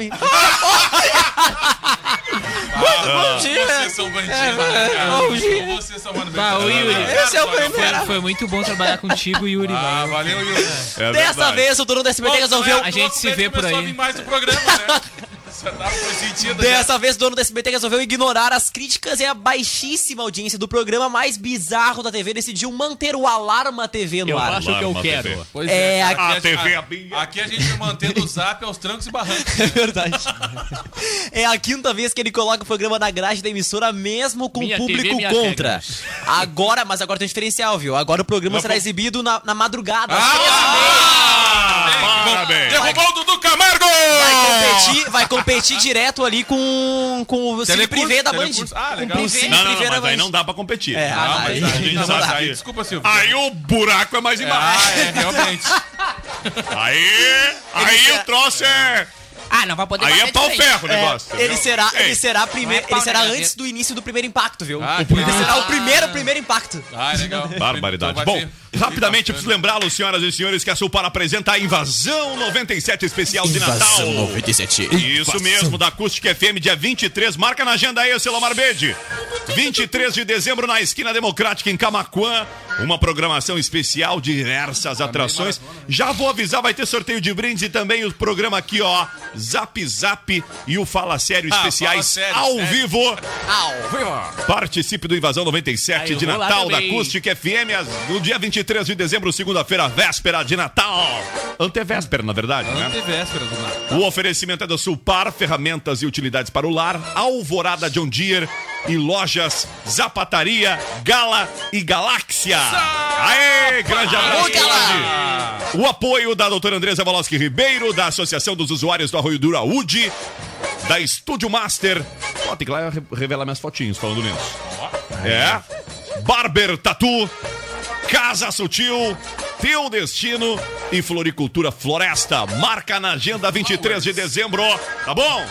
Bom dia. Vocês são bandidos, bom dia. cara. Vocês são bandidos. Bah, ô, Yuri, Esse é o primeiro. Foi muito bom trabalhar contigo, Yuri. Ah, valeu. valeu, Yuri. É Dessa verdade. vez, o dono do SBT resolveu. A gente se vê por Começou a aí. vir mais do programa, né? Você tava foi sentido. Dessa vez, o dono do SBT resolveu ignorar as críticas e a baixíssima audiência do programa mais bizarro da TV. Decidiu manter o Alarma TV no Eu ar. acho que eu Alarma quero. TV. Pois É, aqui a gente- TV é bem- Aqui a gente vai mantendo o Zap aos trancos e barrancos. É verdade. É a quinta vez que ele coloca o programa na grade da emissora, mesmo com Minha o público TV, minhas contra. regras. Mas agora tem um diferencial, viu? Agora o programa será exibido na madrugada. às Parabéns. Derrubou o Dudu Camargo! 3h30. Vai competir direto ali com o Cine Telecurso, Privé da Band. telecurso. Ah, Com legal. o Cine Não, Privé da mas aí Band. não dá pra competir. É, Ah, aí mas a gente não sabe dá. que- Desculpa, Silvio. Aí o buraco é mais embaixo. Ah, é, realmente. Aí o troço é... Ah, não vai poder Aí é bater pau de frente. ferro o negócio. Ele entendeu? será, Ei, ele será primeiro, Não é pau ele será na antes gaveta. do início do primeiro impacto, viu? Ah, Ele será o primeiro impacto. Ah, legal. Barbaridade. Então vai Bom, ser- rapidamente eu preciso lembrá-los, senhoras e senhores, que a Sulpar apresenta a Invasão 97 especial de Natal. 97. Isso mesmo, da Acústica FM, dia 23. Marca na agenda aí, seu Lomar Bede. 23 de dezembro, na Esquina Democrática, em Camaquã. Uma programação especial, diversas atrações. Já vou avisar, vai ter sorteio de brindes e também o programa aqui, ó. Zap Zap e o Fala Sério especiais Fala Sério, ao sério. vivo. Ao vivo. Participe do Invasão 97 Aí eu de vou lá Natal da também. Acústica FM, no dia 23 de dezembro, segunda-feira, véspera de Natal. Antevéspera, na verdade, né? Antevéspera do Natal. O oferecimento é da Sulpar, ferramentas e utilidades para o lar, Alvorada John Deere e lojas Zapataria, Gala e Galáxia. Aê, grande abraço. Ô, Gala. O apoio da doutora Andresa Valoschi Ribeiro, da Associação dos Usuários do Arroio do Uraúde, da Estúdio Master. Ó, tem que ir lá revelar minhas fotinhos falando nisso. É. Barber Tatu, Casa Sutil, teu destino em Floricultura Floresta. Marca na agenda 23 de dezembro, tá bom?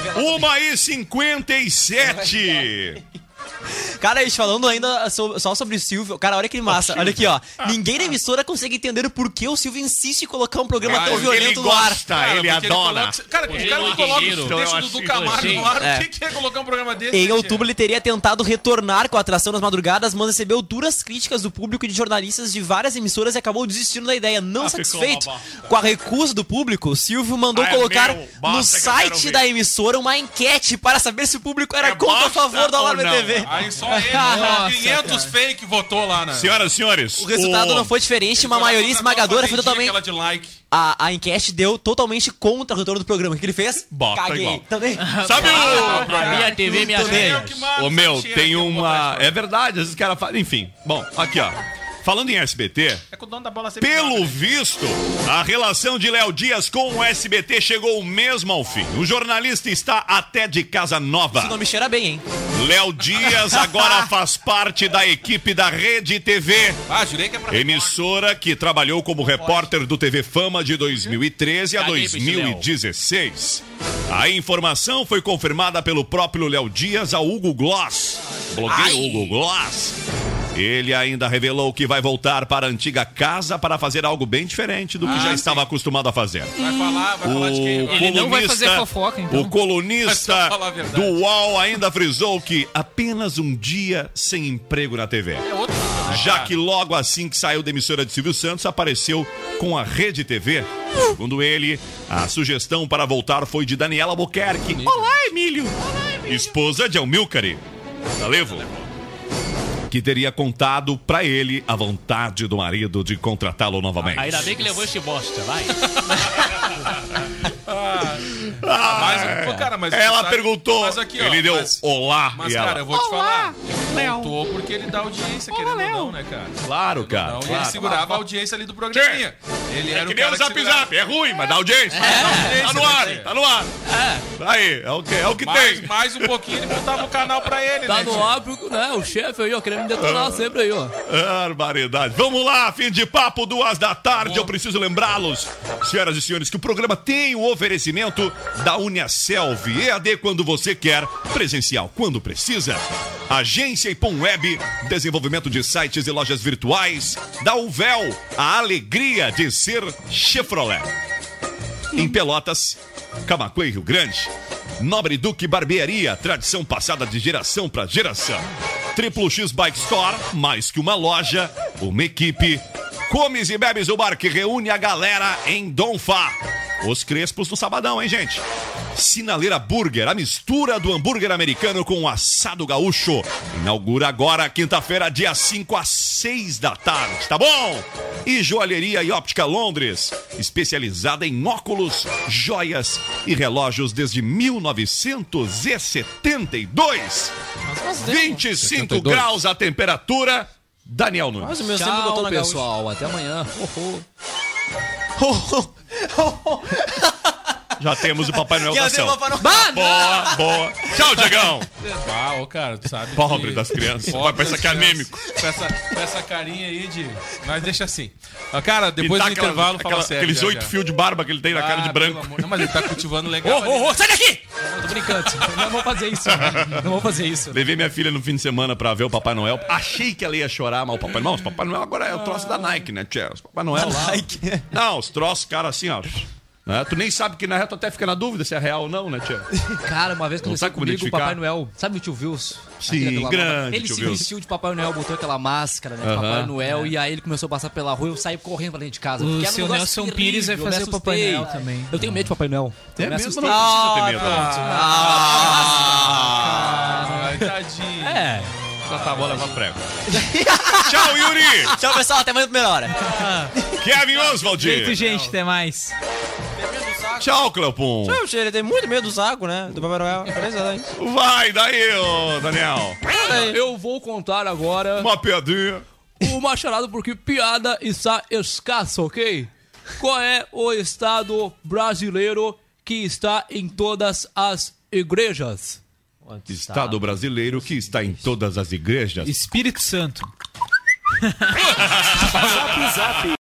1h57. Cara, a gente falando ainda só sobre o Silvio. Cara, olha que massa. Olha aqui, ó. Ninguém na emissora consegue entender o porquê o Silvio insiste em colocar um programa tão violento no ar. Ele adora. Cara, o cara que coloca o texto do Dudu Camargo no ar, o que é colocar um programa desse? Em outubro ele teria tentado retornar com a atração nas madrugadas, mas recebeu duras críticas do público e de jornalistas de várias emissoras e acabou desistindo da ideia. Não satisfeito com a recusa do público, Silvio mandou colocar no site da emissora uma enquete para saber se o público era contra ou a favor do Alarme TV. Aí só ele, 500 fake votou lá, né? Senhoras e senhores, o resultado não foi diferente, uma maioria esmagadora foi totalmente... De like. A enquete deu totalmente contra o retorno do programa. O que ele fez? Caguei. Igual. Também. Sabe minha TV, minha TV. Ô, meu, tem uma... É verdade, às vezes os caras falam... Enfim, bom, aqui, ó. Falando em SBT, pelo visto, a relação de Léo Dias com o SBT chegou mesmo ao fim. O jornalista está até de casa nova. Esse nome cheira bem, hein? Léo Dias agora faz parte da equipe da Rede TV. Jurei que é pra emissora que trabalhou como repórter do TV Fama de 2013 a 2016. A informação foi confirmada pelo próprio Léo Dias ao Hugo Gloss. Blogueiro Hugo Gloss. Ele ainda revelou que vai voltar para a antiga casa para fazer algo bem diferente do que já estava acostumado a fazer. Vai falar de quem? Ele não vai fazer fofoca, então. O colunista do UOL ainda frisou que apenas um dia sem emprego na TV. Já que logo assim que saiu da emissora de Silvio Santos, apareceu com a Rede TV. Segundo ele, a sugestão para voltar foi de Daniela Albuquerque. Olá, Emílio! Esposa de Almilcare. Talevo. Que teria contado pra ele a vontade do marido de contratá-lo novamente. Ainda bem que levou este bosta, vai. Mas ela perguntou, mas aqui, ele deu olá. Mas, e ela... cara, eu vou te falar. Ele voltou porque ele dá audiência, querendo ou não, né, cara? Claro, cara. Não, ele segurava a audiência ali do programinha. Ele era que o nem cara o Zap Zap, é ruim, mas dá audiência. Tá no ar, tá no ar. Aí, é o que tem. Mais um pouquinho ele botava o canal pra ele, tá né? No ar, né? O chefe aí, ó, querendo me detonar sempre aí, ó. Barbaridade. Vamos lá, fim de papo, 2h. Eu preciso lembrá-los, senhoras e senhores, que o programa tem o oferecimento da Uniaselv. EAD quando você quer, presencial quando precisa. Agência Ipom Web, desenvolvimento de sites e lojas virtuais. Da Uvel, a alegria de ser Chevrolet. Em Pelotas, Camaquã e Rio Grande, Nobre Duque Barbearia, tradição passada de geração para geração. Triplo X Bike Store, mais que uma loja, uma equipe. Comes e bebes do bar que reúne a galera em Donfá. Os Crespos no sabadão, hein, gente? Sinaleira Burger, a mistura do hambúrguer americano com o assado gaúcho. Inaugura agora, quinta-feira, dia 5 às 6 da tarde, tá bom? E Joalheria e Óptica Londres, especializada em óculos, joias e relógios desde 1972. 25 graus a temperatura. Daniel Nunes. Mas o meu sempre Tchau, botou na pessoal. Até amanhã. Já temos o Papai Noel da ação. Boa. Boa. Tchau, Diegão. Cara, tu sabe. Pobre das crianças. Vai pensar que é anêmico. Com essa carinha aí de... Mas deixa assim. Cara, depois do intervalo, fala sério. Aqueles 8 fios de barba que ele tem na cara de branco. Não, mas ele tá cultivando legal. Sai daqui! Eu tô brincando. Não vou fazer isso. Não vou fazer isso. Levei minha filha no fim de semana pra ver o Papai Noel. Achei que ela ia chorar, mas o Papai Noel... O Papai Noel agora é o troço da Nike, né, Tchê? O Papai Noel lá... Nike. Não, os troços, cara, assim, ó... Né? Tu nem sabe que na real tu até fica na dúvida se é real ou não, né, tia? Cara, uma vez que Não aconteceu sabe como comigo, o identificar? Papai Noel, sabe o tio Wilson? Sim, grande Ele tio se Wilson. vestiu de Papai Noel, botou aquela máscara, né, de Papai Noel, e aí ele começou a passar pela rua e eu saí correndo pra dentro de casa. O porque era um seu negócio Nelson terrível, Pires vai eu fazer me o Papai assustei. Noel também. Eu tenho medo de Papai Noel. É Eu me mesmo? assustei. Não precisa ter medo. Ai, tadinho. É. Já tá bom levar prego. Tchau, Yuri! Tchau, pessoal. Até amanhã, primeira hora. Kevin Oswald! Feito, gente. Até mais. Tchau, Cleopon! Tchau, ele tem muito medo do saco, né? Do Papai Noel. Vai daí, ô Daniel! Eu vou contar agora Uma piadinha. uma charada porque piada está escassa, ok? Qual é o estado brasileiro que está em todas as igrejas? Estado brasileiro que está em todas as igrejas. Espírito Santo. Zap Zap.